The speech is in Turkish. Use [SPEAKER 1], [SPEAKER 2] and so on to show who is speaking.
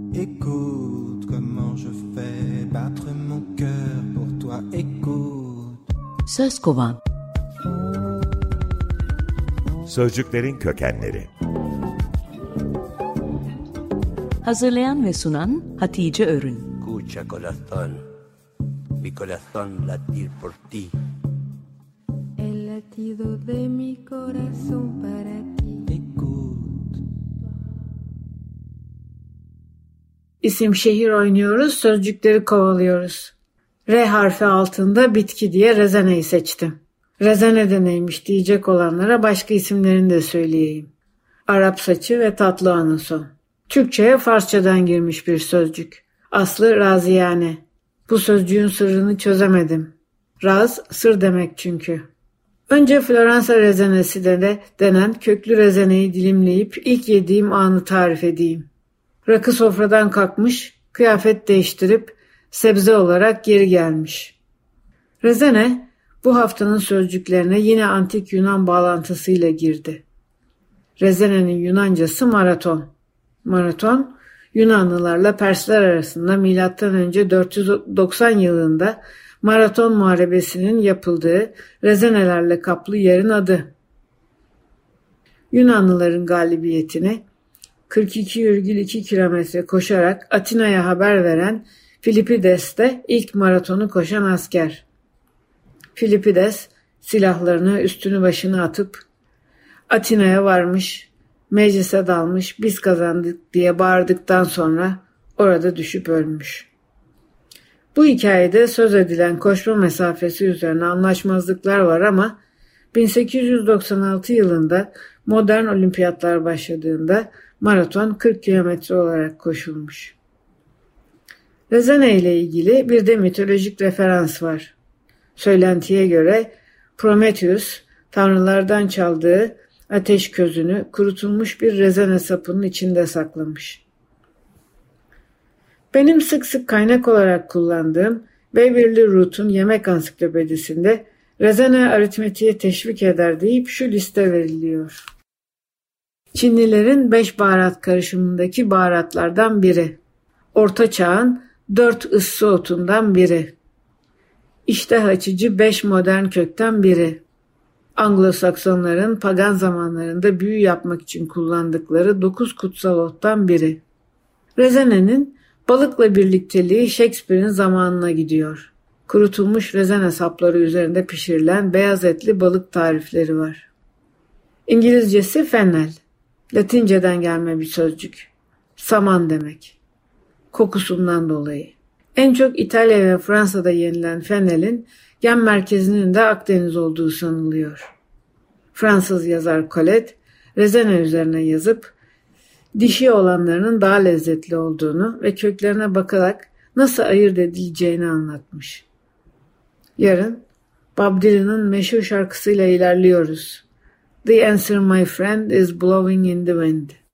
[SPEAKER 1] Écoute comment je fais battre mon cœur pour toi, écoute.
[SPEAKER 2] Söz kovan.
[SPEAKER 3] Sözcüklerin kökenleri.
[SPEAKER 2] Hazırlayan ve sunan Hatice Örün.
[SPEAKER 4] Escucha corazón, mi corazón latir por ti.
[SPEAKER 5] El latido de mi corazón para ti.
[SPEAKER 1] Écoute.
[SPEAKER 6] İsim şehir oynuyoruz, sözcükleri kovalıyoruz. R harfi altında bitki diye rezeneyi seçtim. Rezene de neymiş diyecek olanlara başka isimlerini de söyleyeyim. Arap saçı ve tatlı anason. Türkçe'ye Farsçadan girmiş bir sözcük. Aslı raziyane. Bu sözcüğün sırrını çözemedim. Raz, sır demek çünkü. Önce Floransa rezenesi de denen köklü rezeneyi dilimleyip ilk yediğim anı tarif edeyim. Rakı sofradan kalkmış, kıyafet değiştirip sebze olarak geri gelmiş. Rezene bu haftanın sözcüklerine yine antik Yunan bağlantısıyla girdi. Rezenenin Yunancası maraton. Maraton, Yunanlılarla Persler arasında M.Ö. 490 yılında Maraton Muharebesi'nin yapıldığı rezenelerle kaplı yerin adı. Yunanlıların galibiyetini 42,2 kilometre koşarak Atina'ya haber veren Filipides de ilk maratonu koşan asker. Filipides silahlarını üstünü başına atıp Atina'ya varmış, meclise dalmış, biz kazandık diye bağırdıktan sonra orada düşüp ölmüş. Bu hikayede söz edilen koşma mesafesi üzerine anlaşmazlıklar var ama 1896 yılında modern olimpiyatlar başladığında maraton 40 kilometre olarak koşulmuş. Rezene ile ilgili bir de mitolojik referans var. Söylentiye göre Prometheus tanrılardan çaldığı ateş közünü kurutulmuş bir rezene sapının içinde saklamış. Benim sık sık kaynak olarak kullandığım Waverly Root'un yemek ansiklopedisinde rezene aritmetiğe teşvik eder deyip şu liste veriliyor. Çinlilerin 5 baharat karışımındaki baharatlardan biri. Orta Çağ'ın 4 ıssı otundan biri. İştah açıcı 5 modern kökten biri. Anglo-Saksonların pagan zamanlarında büyü yapmak için kullandıkları 9 kutsal ottan biri. Rezenenin balıkla birlikteliği Shakespeare'in zamanına gidiyor. Kurutulmuş rezene sapları üzerinde pişirilen beyaz etli balık tarifleri var. İngilizcesi fennel. Latinceden gelme bir sözcük. Saman demek. Kokusundan dolayı. En çok İtalya ve Fransa'da yenilen fennelin gen merkezinin de Akdeniz olduğu sanılıyor. Fransız yazar Colette, rezene üzerine yazıp dişi olanlarının daha lezzetli olduğunu ve köklerine bakarak nasıl ayırt edileceğini anlatmış. Yarın Bob Dylan'ın meşhur şarkısıyla ilerliyoruz. The answer, my friend, is blowing in the wind.